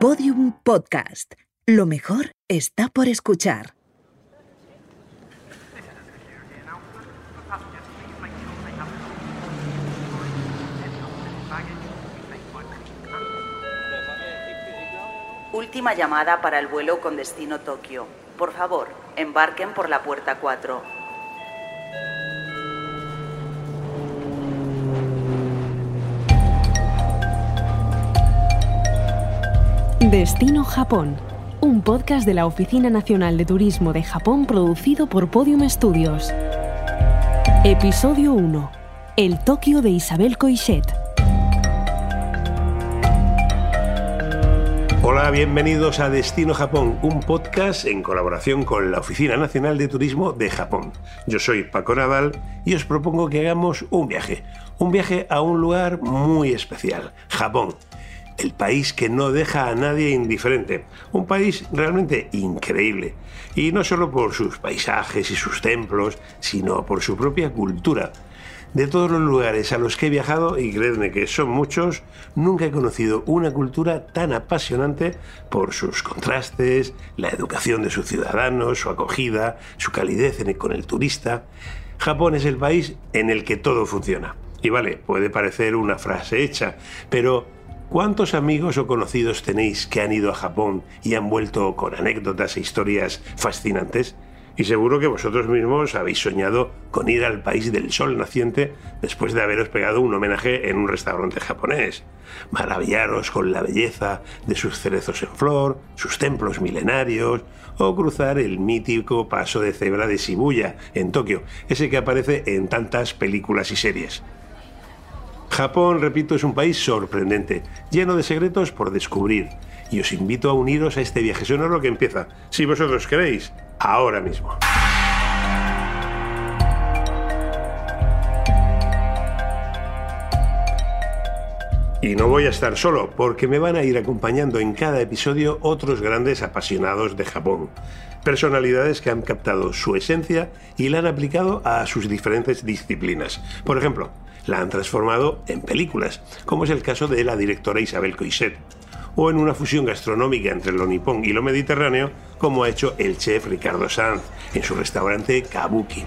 Podium Podcast. Lo mejor está por escuchar. Última llamada para el vuelo con destino Tokio. Por favor, embarquen por la puerta 4. Destino Japón, un podcast de la Oficina Nacional de Turismo de Japón producido por Podium Studios. Episodio 1. El Tokio de Isabel Coixet. Hola, bienvenidos a Destino Japón, un podcast en colaboración con la Oficina Nacional de Turismo de Japón. Yo soy Paco Nadal y os propongo que hagamos un viaje a un lugar muy especial, Japón. El país que no deja a nadie indiferente, un país realmente increíble, y no solo por sus paisajes y sus templos, sino por su propia cultura. De todos los lugares a los que he viajado, y creedme que son muchos, nunca he conocido una cultura tan apasionante por sus contrastes, la educación de sus ciudadanos, su acogida, su calidez con el turista. Japón es el país en el que todo funciona. Y vale, puede parecer una frase hecha, pero ¿cuántos amigos o conocidos tenéis que han ido a Japón y han vuelto con anécdotas e historias fascinantes? Y seguro que vosotros mismos habéis soñado con ir al país del sol naciente después de haberos pegado un homenaje en un restaurante japonés. Maravillaros con la belleza de sus cerezos en flor, sus templos milenarios, o cruzar el mítico paso de cebra de Shibuya en Tokio, ese que aparece en tantas películas y series. Japón, repito, es un país sorprendente, lleno de secretos por descubrir, y os invito a uniros a este viaje sonoro que empieza, si vosotros queréis, ahora mismo. Y no voy a estar solo, porque me van a ir acompañando en cada episodio otros grandes apasionados de Japón. Personalidades que han captado su esencia y la han aplicado a sus diferentes disciplinas. Por ejemplo, la han transformado en películas, como es el caso de la directora Isabel Coixet, o en una fusión gastronómica entre lo nipón y lo mediterráneo, como ha hecho el chef Ricardo Sanz en su restaurante Kabuki.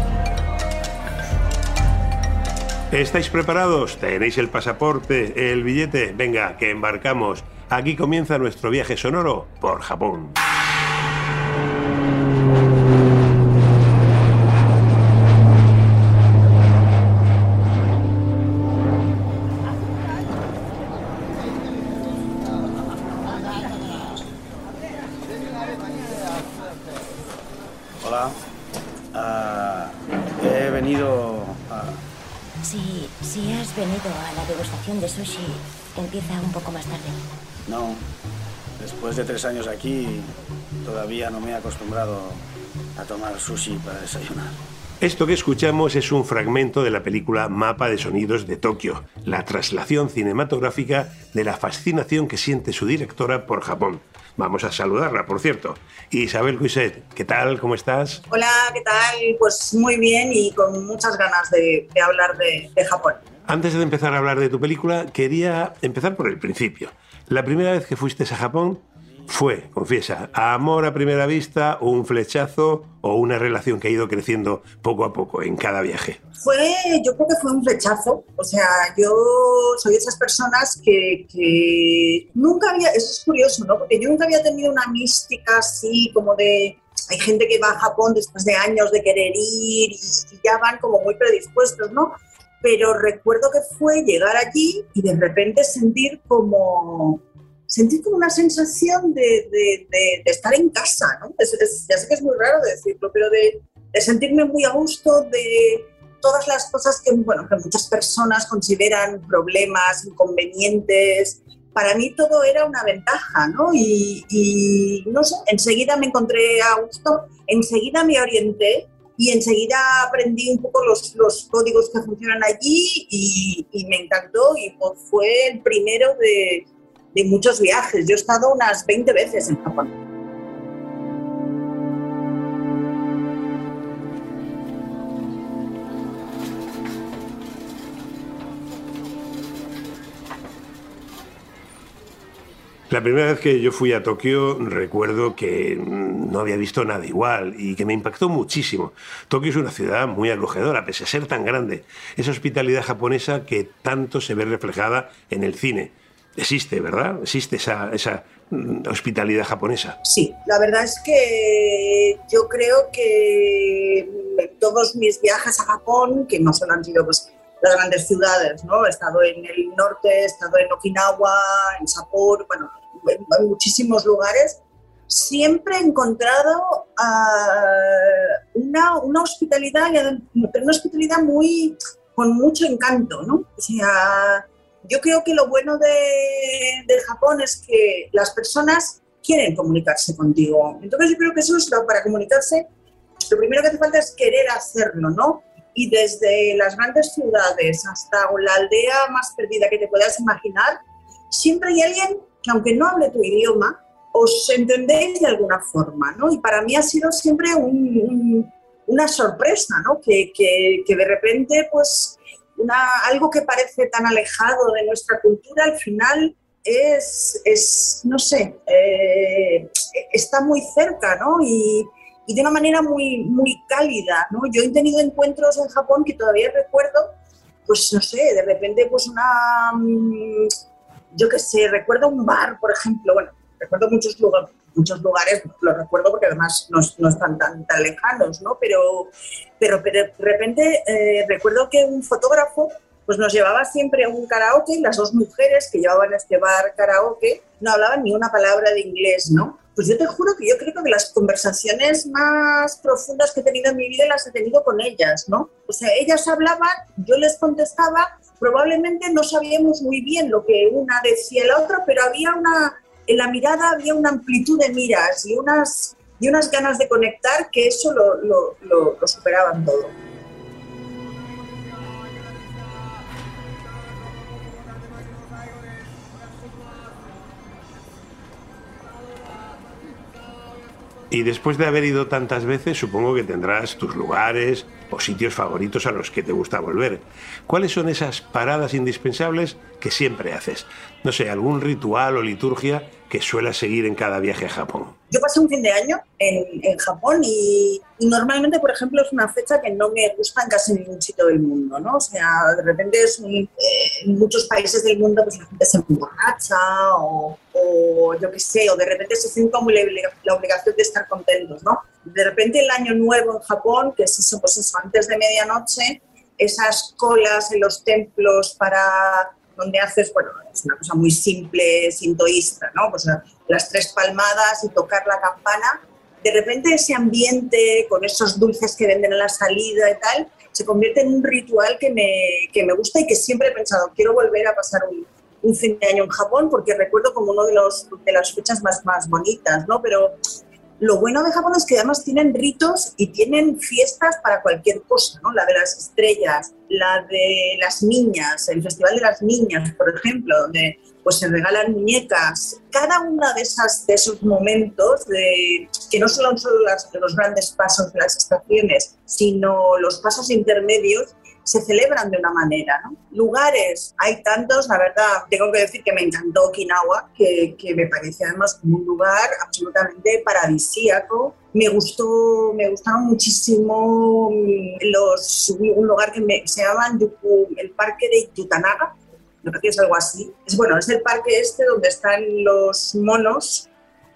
¿Estáis preparados? ¿Tenéis el pasaporte, el billete? Venga, que embarcamos. Aquí comienza nuestro viaje sonoro por Japón. Hola, he venido a... Si has venido a la degustación de sushi, empieza un poco más tarde. No, después de 3 años aquí, todavía no me he acostumbrado a tomar sushi para desayunar. Esto que escuchamos es un fragmento de la película Mapa de Sonidos de Tokio, la traslación cinematográfica de la fascinación que siente su directora por Japón. Vamos a saludarla, por cierto. Isabel Coixet, ¿qué tal? ¿Cómo estás? Hola, ¿qué tal? Pues muy bien y con muchas ganas de hablar de Japón. Antes de empezar a hablar de tu película, quería empezar por el principio. La primera vez que fuiste a Japón fue, confiesa, amor a primera vista, o un flechazo, o una relación que ha ido creciendo poco a poco en cada viaje. Yo creo que fue un flechazo. O sea, yo soy de esas personas que nunca había, eso es curioso, ¿no? Porque yo nunca había tenido una mística así como de... Hay gente que va a Japón después de años de querer ir y ya van como muy predispuestos, ¿no? Pero recuerdo que fue llegar allí y de repente sentir como una sensación de estar en casa, ¿no? Ya sé que es muy raro decirlo, pero de sentirme muy a gusto, de todas las cosas que muchas personas consideran problemas, inconvenientes. Para mí todo era una ventaja, ¿no? Y no sé, enseguida me encontré a gusto, enseguida me orienté y enseguida aprendí un poco los códigos que funcionan allí y me encantó y fue el primero de muchos viajes. Yo he estado unas 20 veces en Japón. La primera vez que yo fui a Tokio recuerdo que no había visto nada igual y que me impactó muchísimo. Tokio es una ciudad muy acogedora, pese a ser tan grande. Esa hospitalidad japonesa que tanto se ve reflejada en el cine. Existe, ¿verdad? Existe esa hospitalidad japonesa. Sí, la verdad es que yo creo que en todos mis viajes a Japón, que no solo han sido pues las grandes ciudades, ¿no? He estado en el norte, he estado en Okinawa, en Sapporo, bueno, en muchísimos lugares. Siempre he encontrado una hospitalidad, pero una hospitalidad con mucho encanto, ¿no? O sea, yo creo que lo bueno del Japón es que las personas quieren comunicarse contigo. Entonces yo creo que eso es para comunicarse, lo primero que hace falta es querer hacerlo, ¿no? Y desde las grandes ciudades hasta la aldea más perdida que te puedas imaginar, siempre hay alguien que, aunque no hable tu idioma, os entendéis de alguna forma, ¿no? Y para mí ha sido siempre una sorpresa, ¿no? Que de repente, pues, algo que parece tan alejado de nuestra cultura, al final es no sé, está muy cerca, ¿no? Y de una manera muy, muy cálida, ¿no? Yo he tenido encuentros en Japón que todavía recuerdo, pues no sé, de repente pues yo qué sé, recuerdo un bar, por ejemplo, bueno, recuerdo muchos lugares, los recuerdo porque además no están tan lejanos, ¿no? Pero de repente recuerdo que un fotógrafo pues nos llevaba siempre a un karaoke y las dos mujeres que llevaban este bar karaoke no hablaban ni una palabra de inglés, ¿no? Pues yo te juro que yo creo que las conversaciones más profundas que he tenido en mi vida las he tenido con ellas, ¿no? O sea, ellas hablaban, yo les contestaba, probablemente no sabíamos muy bien lo que una decía la otra, pero en la mirada había una amplitud de miras y unas ganas de conectar que eso lo superaban todo. Y después de haber ido tantas veces, supongo que tendrás tus lugares o sitios favoritos a los que te gusta volver. ¿Cuáles son esas paradas indispensables que siempre haces? No sé, algún ritual o liturgia que suelas seguir en cada viaje a Japón. Yo pasé un fin de año en Japón y normalmente, por ejemplo, es una fecha que no me gusta en casi ningún sitio del mundo, ¿no? O sea, de repente en muchos países del mundo pues la gente se emborracha o yo qué sé, o de repente se siente como la obligación de estar contentos, ¿no? De repente el año nuevo en Japón, que es eso, pues eso, antes de medianoche, esas colas en los templos donde haces, bueno, es una cosa muy simple, sintoísta, ¿no? Pues las 3 palmadas y tocar la campana. De repente ese ambiente con esos dulces que venden a la salida y tal, se convierte en un ritual que me gusta y que siempre he pensado, quiero volver a pasar un fin de año en Japón porque recuerdo como uno de las fechas más bonitas, ¿no? Pero lo bueno de Japón es que además tienen ritos y tienen fiestas para cualquier cosa, ¿no? La de las estrellas, la de las niñas, el Festival de las Niñas, por ejemplo, donde pues se regalan muñecas. Cada uno de esos momentos, que no solo son los grandes pasos de las estaciones, sino los pasos intermedios, se celebran de una manera, ¿no? Lugares, hay tantos, la verdad, tengo que decir que me encantó Okinawa, que me parece además como un lugar absolutamente paradisíaco. Me gustaron muchísimo un lugar que se llama el Parque de Yutanaga, me parece que es algo así. Es el parque donde están los monos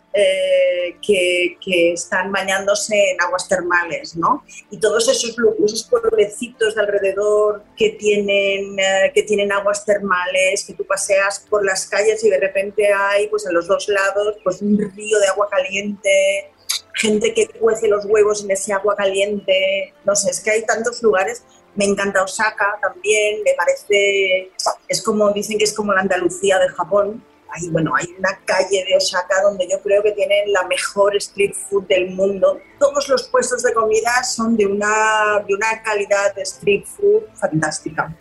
que están bañándose en aguas termales, ¿no? Y todos esos pueblecitos de alrededor que tienen aguas termales, que tú paseas por las calles y de repente hay pues a los dos lados pues un río de agua caliente, gente que cuece los huevos en ese agua caliente, no sé, es que hay tantos lugares. Me encanta Osaka también, me parece, dicen que es como la Andalucía de Japón. Hay una calle de Osaka donde yo creo que tienen la mejor street food del mundo. Todos los puestos de comida son de una calidad de street food fantástica.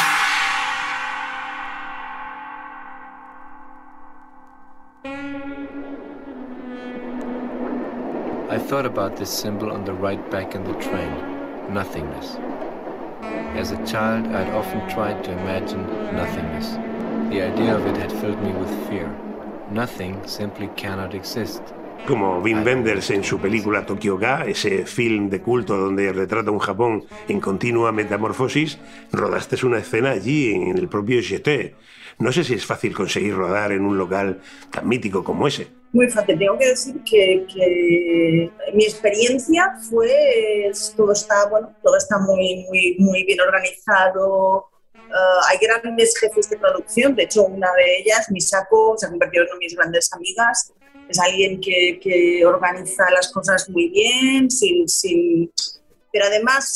I thought about this symbol on the right back in the train, nothingness. As a child, I had often tried to imagine nothingness. The idea of it had filled me with fear. Nothing simply cannot exist. Como Wim Wenders en su película Tokyo Ga, ese film de culto donde retrata un Japón en continua metamorfosis, rodaste una escena allí, en el propio Jeté. No sé si es fácil conseguir rodar en un local tan mítico como ese. Muy fácil. Tengo que decir que mi experiencia fue, todo está muy bien organizado. Hay grandes jefes de producción, de hecho una de ellas, Misako, se ha convertido en una de mis grandes amigas. Es alguien que organiza las cosas muy bien, pero además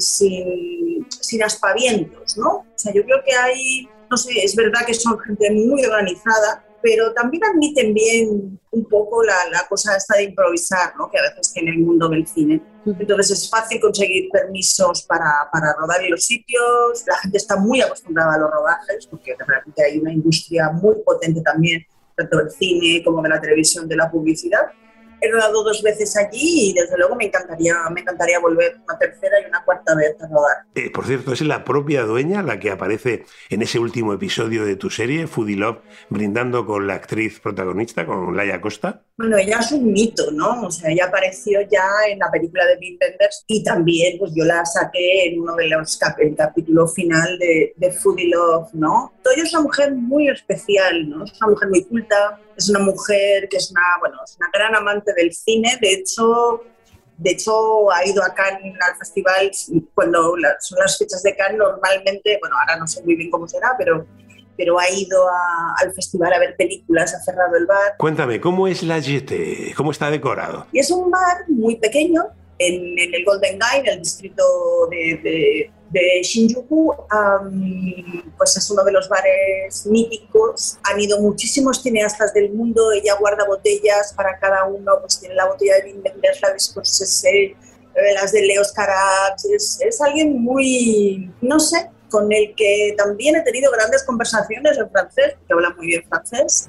sin aspavientos, ¿no? O sea, yo creo que hay, no sé, es verdad que son gente muy organizada, pero también admiten bien un poco la cosa esta de improvisar, ¿no? Que a veces tiene el mundo del cine. Entonces es fácil conseguir permisos para rodar en los sitios, la gente está muy acostumbrada a los rodajes, porque realmente hay una industria muy potente también, tanto del cine como de la televisión, de la publicidad. He rodado 2 veces allí y desde luego me encantaría volver una tercera y una cuarta vez a rodar. Por cierto, es la propia dueña la que aparece en ese último episodio de tu serie, Foodie Love, brindando con la actriz protagonista, con Laia Costa. Bueno, ella es un mito, ¿no? O sea, ella apareció ya en la película de Wim Wenders y también pues yo la saqué en uno de los el capítulo final de Foodie Love, ¿no? Ella es una mujer muy especial, ¿no? Es una mujer muy culta, es una mujer que es una gran amante del cine. De hecho ha ido a Cannes al festival cuando son las fechas de Cannes normalmente, bueno, ahora no sé muy bien cómo será, pero ha ido al festival a ver películas, ha cerrado el bar. Cuéntame, ¿cómo es la Jeté? ¿Cómo está decorado? Y es un bar muy pequeño en el Golden Gate, en el distrito de Shinjuku. Pues es uno de los bares míticos. Han ido muchísimos cineastas del mundo. Ella guarda botellas para cada uno. Pues tiene la botella de Wim Wenders, la de Scorsese, las de Leos Carax. Es alguien muy, no sé, con el que también he tenido grandes conversaciones en francés, que habla muy bien francés,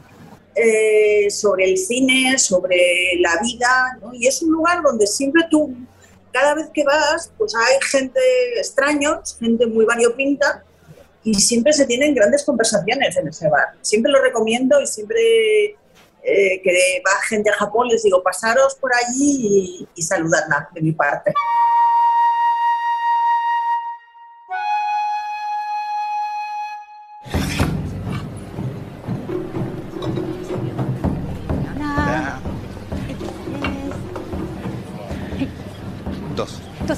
sobre el cine, sobre la vida, ¿no? Y es un lugar donde siempre tú, cada vez que vas, pues hay gente extraños, gente muy variopinta, y siempre se tienen grandes conversaciones en ese bar. Siempre lo recomiendo y siempre que va gente a Japón les digo, pasaros por allí y saludadla de mi parte. Dos.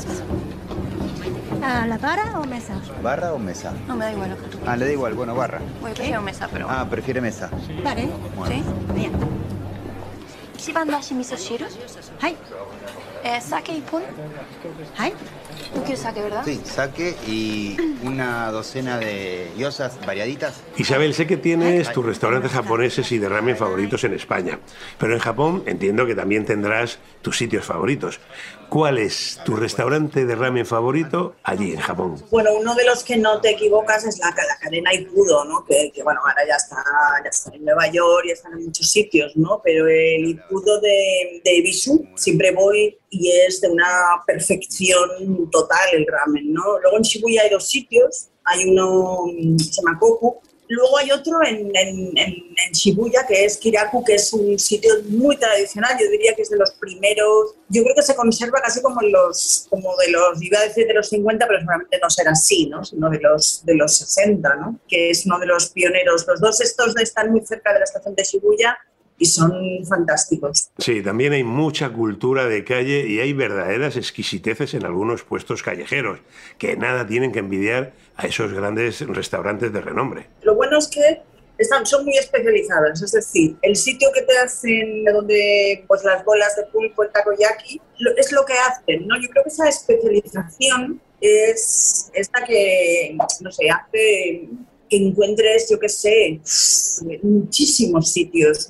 ¿La barra o mesa? ¿Barra o mesa? No, me da igual lo que tú quieras. Le da igual, bueno, barra. Voy a prefiero mesa, pero... prefiere mesa. Vale. Bueno. ¿Sí? Bien. Ichiban dashi miso shiru? Hai. Sake y pun? Hai. ¿Tú quieres sake, verdad? Sí, sake y una docena de gyozas variaditas. Isabel, sé que tienes tus restaurantes japoneses y de ramen favoritos en España, pero en Japón entiendo que también tendrás tus sitios favoritos. ¿Cuál es tu restaurante de ramen favorito allí en Japón? Bueno, uno de los que no te equivocas es la cadena Ippudo, ¿no? Que bueno, ahora ya está en Nueva York y están en muchos sitios, ¿no? Pero el Ippudo de Ebisu siempre voy y es de una perfección total el ramen, ¿no? Luego en Shibuya hay 2 sitios, hay uno, se llama Koku. Luego hay otro en Shibuya, que es Kiraku, que es un sitio muy tradicional, yo diría que es de los primeros, yo creo que se conserva casi como iba a decir de los 50, pero seguramente no será así, ¿no? Sino de los 60, ¿no? Que es uno de los pioneros. Los 2 estos están muy cerca de la estación de Shibuya y son fantásticos. Sí, también hay mucha cultura de calle y hay verdaderas exquisiteces en algunos puestos callejeros, que nada tienen que envidiar a esos grandes restaurantes de renombre. Lo bueno es que son muy especializados, es decir, el sitio que te hacen donde pues las bolas de pulpo, el takoyaki, es lo que hacen, ¿no? Yo creo que esa especialización es esta que, no sé, hace que encuentres, yo qué sé, muchísimos sitios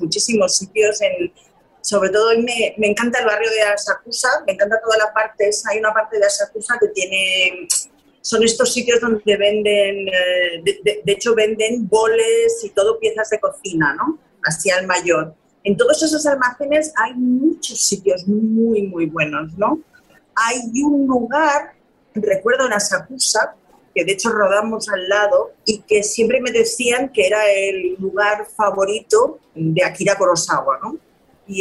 sobre todo me encanta el barrio de Asakusa, me encanta toda la parte esa, hay una parte de Asakusa que tiene, son estos sitios donde venden, de hecho venden boles y todo piezas de cocina, ¿no? Así al mayor. En todos esos almacenes hay muchos sitios muy, muy buenos, ¿no? Hay un lugar, recuerdo en Asakusa, que de hecho rodamos al lado y que siempre me decían que era el lugar favorito de Akira Kurosawa, ¿no? Y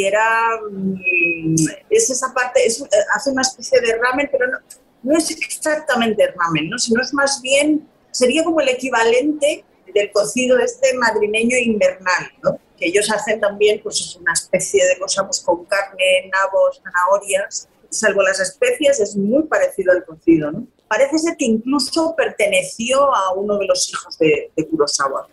es esa parte, hace una especie de ramen, pero no es exactamente ramen, ¿no? Sino es más bien, sería como el equivalente del cocido madrileño invernal, ¿no? Que ellos hacen también, pues es una especie de cosa pues, con carne, nabos, zanahorias, salvo las especias, es muy parecido al cocido, ¿no? Parece ser que incluso perteneció a uno de los hijos de Kurosawa.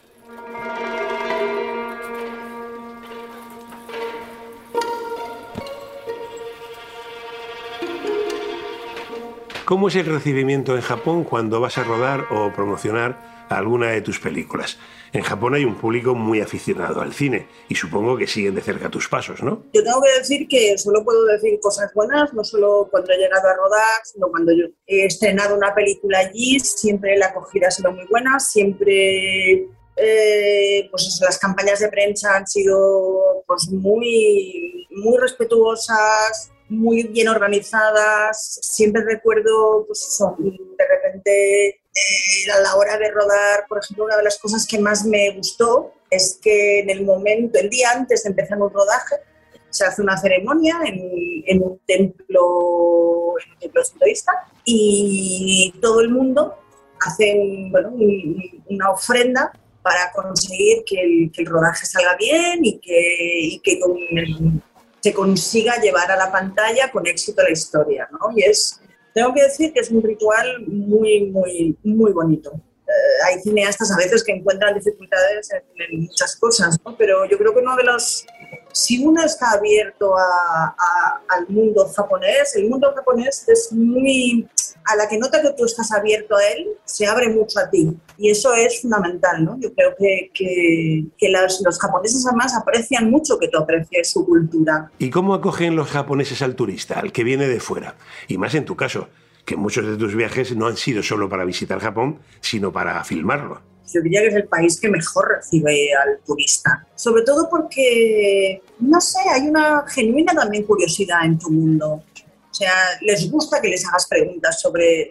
¿Cómo es el recibimiento en Japón cuando vas a rodar o promocionar alguna de tus películas? En Japón hay un público muy aficionado al cine y supongo que siguen de cerca tus pasos, ¿no? Yo tengo que decir que solo puedo decir cosas buenas, no solo cuando he llegado a rodar, sino cuando yo he estrenado una película allí, siempre la acogida ha sido muy buena, siempre pues eso, las campañas de prensa han sido pues, muy respetuosas, muy bien organizadas. Siempre recuerdo, pues, de repente, a la hora de rodar, por ejemplo, una de las cosas que más me gustó es que el día antes de empezar un rodaje, se hace una ceremonia en un templo sintoísta y todo el mundo hace una ofrenda para conseguir que el rodaje salga bien y que se consiga llevar a la pantalla con éxito la historia, ¿no? Y tengo que decir que es un ritual muy, muy, muy bonito. Hay cineastas a veces que encuentran dificultades en muchas cosas, ¿no? Pero yo creo que si uno está abierto al mundo japonés, el mundo japonés es muy... A la que nota que tú estás abierto a él, se abre mucho a ti. Y eso es fundamental, ¿no? Yo creo que los japoneses además aprecian mucho que tú aprecies su cultura. ¿Y cómo acogen los japoneses al turista, al que viene de fuera? Y más en tu caso, que muchos de tus viajes no han sido solo para visitar Japón, sino para filmarlo. Yo diría que es el país que mejor recibe al turista. Sobre todo porque, no sé, hay una genuina también curiosidad en tu mundo. O sea, les gusta que les hagas preguntas sobre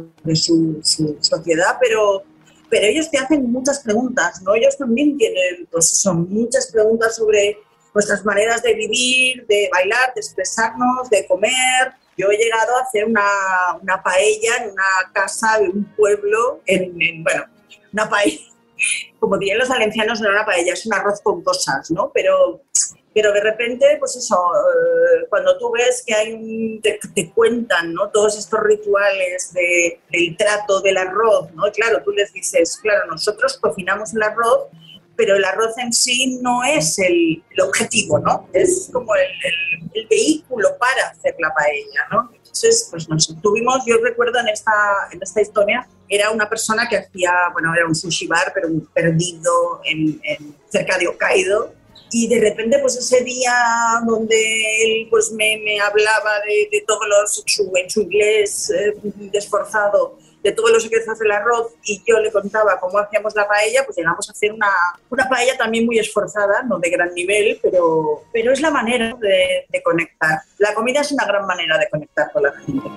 su sociedad, pero ellos te hacen muchas preguntas, ¿no? Ellos también tienen, pues, son muchas preguntas sobre nuestras maneras de vivir, de bailar, de expresarnos, de comer. Yo he llegado a hacer una paella en una casa de un pueblo, una paella, como dirían los valencianos, no era una paella, es un arroz con cosas, ¿no? Pero de repente, pues eso, cuando tú ves que te cuentan, ¿no? Todos estos rituales del trato del arroz, ¿no? Claro, tú les dices, claro, nosotros cocinamos el arroz, pero el arroz en sí no es el objetivo, ¿no? Es como el vehículo para hacer la paella, ¿no? Entonces, pues no sé, yo recuerdo en esta historia, era una persona que era un sushi bar, pero perdido cerca de Hokkaido. Y de repente, pues ese día donde él pues me hablaba de todos en su inglés esforzado, de todos los secretos del arroz, y yo le contaba cómo hacíamos la paella, pues llegamos a hacer una paella también muy esforzada, no de gran nivel, pero es la manera de conectar. La comida es una gran manera de conectar con la gente.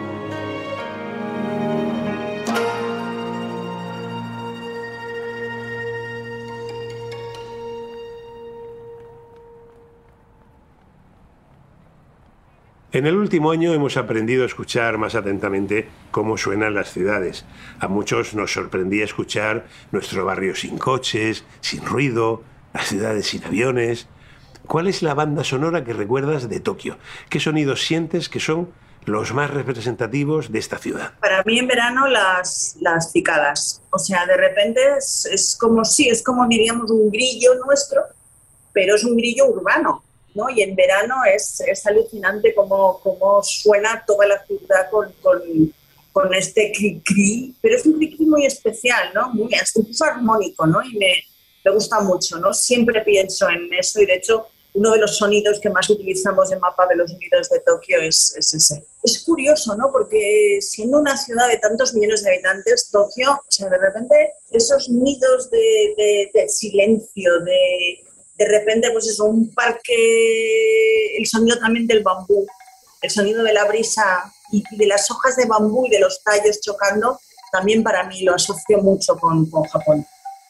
En el último año hemos aprendido a escuchar más atentamente cómo suenan las ciudades. A muchos nos sorprendía escuchar nuestro barrio sin coches, sin ruido, las ciudades sin aviones. ¿Cuál es la banda sonora que recuerdas de Tokio? ¿Qué sonidos sientes que son los más representativos de esta ciudad? Para mí en verano las cicadas. O sea, de repente es como diríamos un grillo nuestro, pero es un grillo urbano, ¿no? Y en verano es alucinante cómo suena toda la ciudad con este cri-cri, pero es un cri-cri muy especial, ¿no? Incluso armónico, ¿no? Y me gusta mucho, ¿no? Siempre pienso en eso y de hecho uno de los sonidos que más utilizamos en Mapa de los Sonidos de Tokio es ese. Es curioso, ¿no? Porque siendo una ciudad de tantos millones de habitantes, Tokio, o sea, de repente esos nidos de silencio, de repente, pues eso, un parque, el sonido también del bambú, el sonido de la brisa y de las hojas de bambú y de los tallos chocando, también para mí lo asocio mucho con Japón.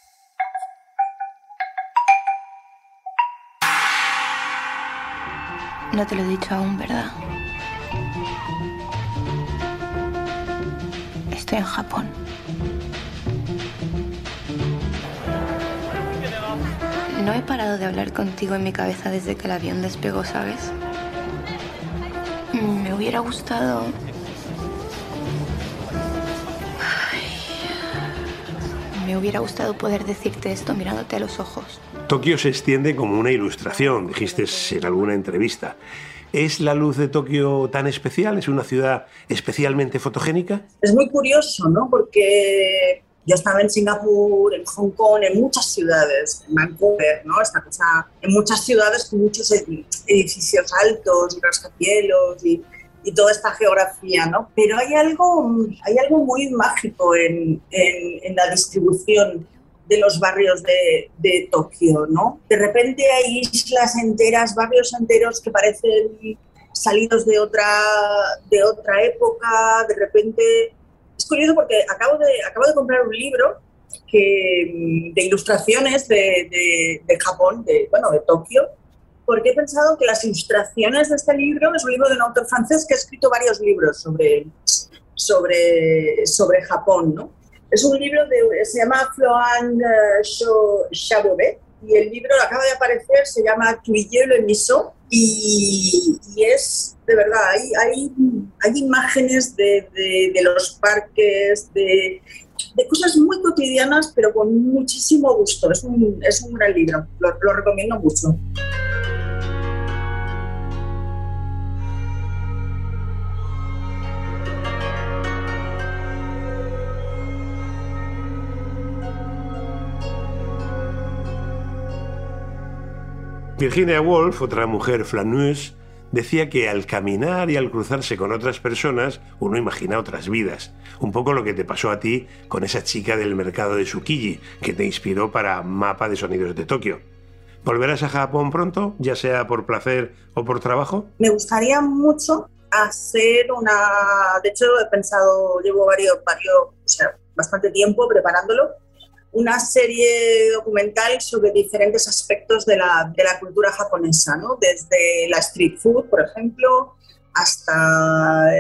No te lo he dicho aún, ¿verdad? Estoy en Japón. No he parado de hablar contigo en mi cabeza desde que el avión despegó, ¿sabes? Me hubiera gustado... Me hubiera gustado poder decirte esto mirándote a los ojos. Tokio se extiende como una ilustración, dijiste en alguna entrevista. ¿Es la luz de Tokio tan especial? ¿Es una ciudad especialmente fotogénica? Es muy curioso, ¿no? Porque yo estaba en Singapur, en Hong Kong, en muchas ciudades, en Vancouver, ¿no? Esta cosa, en muchas ciudades con muchos edificios altos y rascacielos y toda esta geografía, ¿no? Pero hay algo muy mágico en la distribución de los barrios de Tokio, ¿no? De repente hay islas enteras, barrios enteros que parecen salidos de otra época. De repente es curioso porque acabo de comprar un libro de ilustraciones de Japón, de Tokio, porque he pensado que las ilustraciones de este libro es un libro de un autor francés que ha escrito varios libros sobre Japón, ¿no? Es un libro se llama Florent Chabobet y el libro acaba de aparecer, se llama Tuyé le Miso y es, de verdad, hay imágenes de los parques, de cosas muy cotidianas pero con muchísimo gusto. Es un gran libro, lo recomiendo mucho. Virginia Woolf, otra mujer flaneuse, decía que al caminar y al cruzarse con otras personas uno imagina otras vidas. Un poco lo que te pasó a ti con esa chica del mercado de Tsukiji, que te inspiró para Mapa de Sonidos de Tokio. ¿Volverás a Japón pronto, ya sea por placer o por trabajo? Me gustaría mucho hacer de hecho he pensado, llevo bastante tiempo preparándolo, una serie documental sobre diferentes aspectos de la cultura japonesa, ¿no? Desde la street food, por ejemplo, hasta la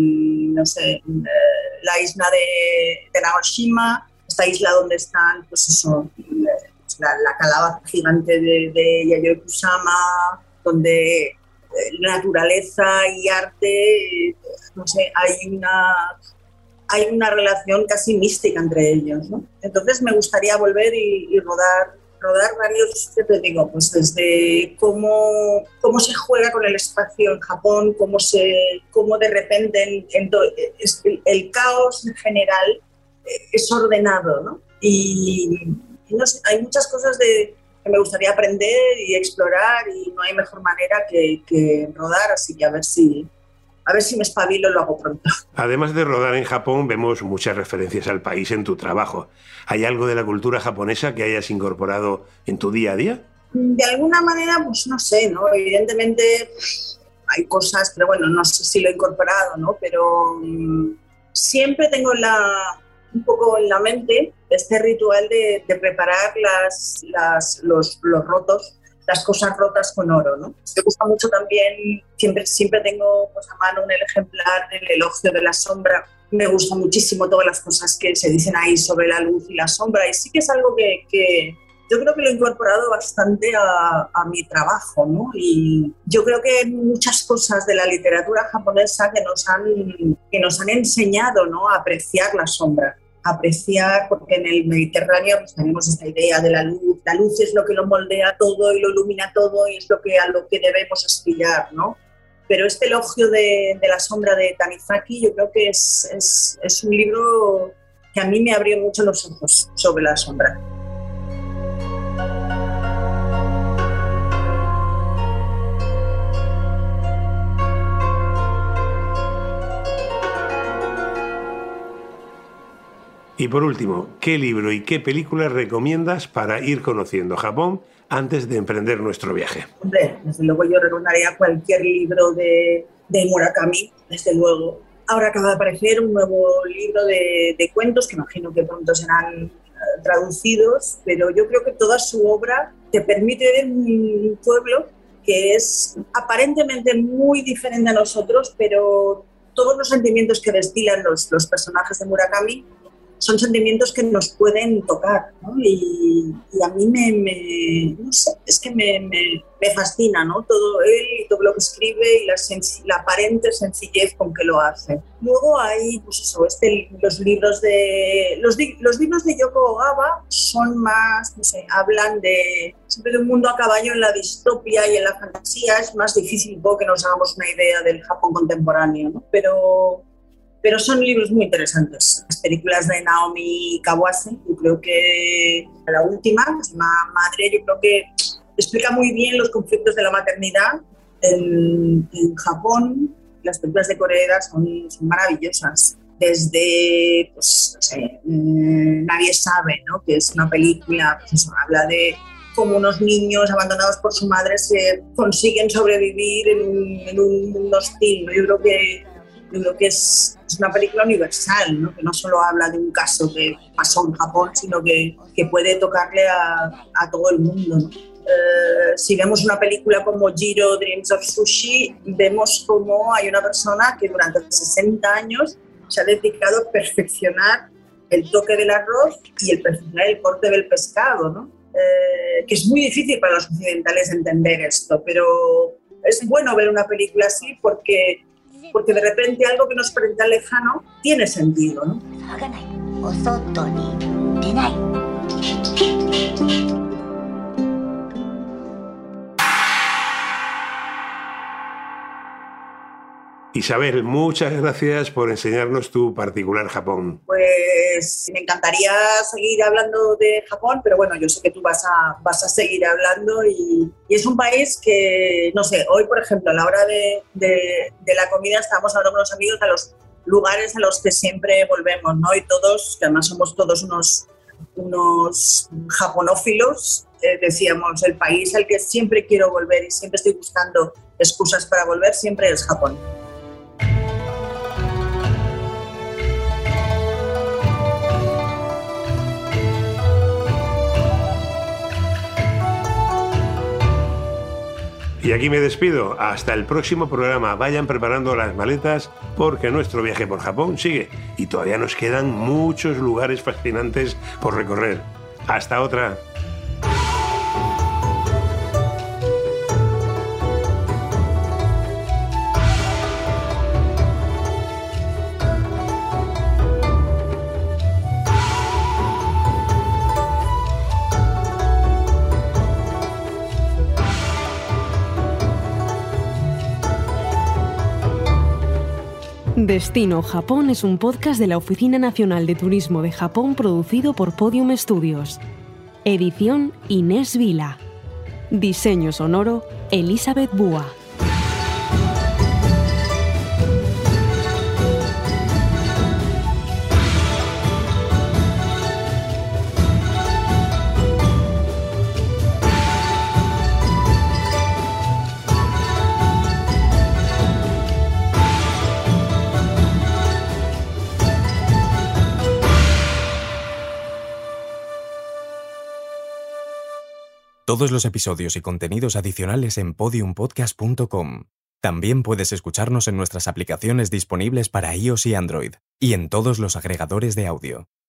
isla de Nagoshima, esta isla donde están, la calabaza gigante de Yayoi Kusama, donde naturaleza y arte, hay una relación casi mística entre ellos, ¿no? Entonces me gustaría volver y rodar varios, ¿qué te digo? Pues desde cómo se juega con el espacio en Japón, cómo de repente el caos en general es ordenado, ¿no? Y no sé, hay muchas cosas que me gustaría aprender y explorar y no hay mejor manera que rodar, así que a ver si me espabilo y lo hago pronto. Además de rodar en Japón, vemos muchas referencias al país en tu trabajo. ¿Hay algo de la cultura japonesa que hayas incorporado en tu día a día? De alguna manera, pues no sé, ¿no? Evidentemente hay cosas, pero bueno, no sé si lo he incorporado, ¿no? Pero siempre tengo un poco en la mente este ritual de preparar los rotos, las cosas rotas con oro, ¿no? Me gusta mucho también, siempre tengo pues, a mano un ejemplar del elogio de la sombra. Me gusta muchísimo todas las cosas que se dicen ahí sobre la luz y la sombra y sí que es algo que yo creo que lo he incorporado bastante a mi trabajo, ¿no? Y yo creo que hay muchas cosas de la literatura japonesa que nos han enseñado, ¿no? A apreciar la sombra. Apreciar, porque en el Mediterráneo pues, tenemos esta idea de la luz. La luz es lo que lo moldea todo y lo ilumina todo y es a lo que debemos aspirar, ¿no? Pero este elogio de la sombra de Tanizaki yo creo que es un libro que a mí me abrió mucho los ojos sobre la sombra. Y por último, ¿qué libro y qué película recomiendas para ir conociendo Japón antes de emprender nuestro viaje? Hombre, desde luego yo recomendaría cualquier libro de Murakami, desde luego. Ahora acaba de aparecer un nuevo libro de cuentos que imagino que pronto serán traducidos, pero yo creo que toda su obra te permite ver un pueblo que es aparentemente muy diferente a nosotros, pero todos los sentimientos que destilan los personajes de Murakami son sentimientos que nos pueden tocar, ¿no? Y a mí no sé, es que me fascina, ¿no? Todo él y todo lo que escribe y la aparente sencillez con que lo hace. Luego hay, pues eso, los libros de Yoko Ogawa son más, no sé, hablan siempre de un mundo a caballo en la distopia y en la fantasía. Es más difícil que nos hagamos una idea del Japón contemporáneo, ¿no? Pero son libros muy interesantes. Las películas de Naomi Kawase, yo creo que la última, que se llama Madre, yo creo que explica muy bien los conflictos de la maternidad en Japón. Las películas de Koreeda son maravillosas. Desde, pues, no sé, Nadie sabe, ¿no? Que es una película, pues eso, habla de cómo unos niños abandonados por su madre se consiguen sobrevivir en un mundo hostil, ¿no? Yo creo que es una película universal, ¿no? Que no solo habla de un caso que pasó en Japón, sino que puede tocarle a todo el mundo, ¿no? Si vemos una película como Jiro Dreams of Sushi, vemos cómo hay una persona que durante 60 años se ha dedicado a perfeccionar el toque del arroz y perfeccionar el corte del pescado, ¿no? Que es muy difícil para los occidentales entender esto, pero es bueno ver una película así porque de repente algo que nos parece tan lejano tiene sentido, ¿no? Isabel, muchas gracias por enseñarnos tu particular Japón. Pues me encantaría seguir hablando de Japón, pero bueno, yo sé que tú vas a seguir hablando y es un país que, no sé, hoy por ejemplo a la hora de la comida estábamos hablando con los amigos de los lugares a los que siempre volvemos, ¿no? Y todos, que además somos todos unos japonófilos, decíamos, el país al que siempre quiero volver y siempre estoy buscando excusas para volver, siempre es Japón. Y aquí me despido. Hasta el próximo programa. Vayan preparando las maletas porque nuestro viaje por Japón sigue y todavía nos quedan muchos lugares fascinantes por recorrer. Hasta otra. Destino Japón es un podcast de la Oficina Nacional de Turismo de Japón producido por Podium Studios. Edición Inés Vila. Diseño sonoro Elizabeth Búa. Todos los episodios y contenidos adicionales en podiumpodcast.com. También puedes escucharnos en nuestras aplicaciones disponibles para iOS y Android, y en todos los agregadores de audio.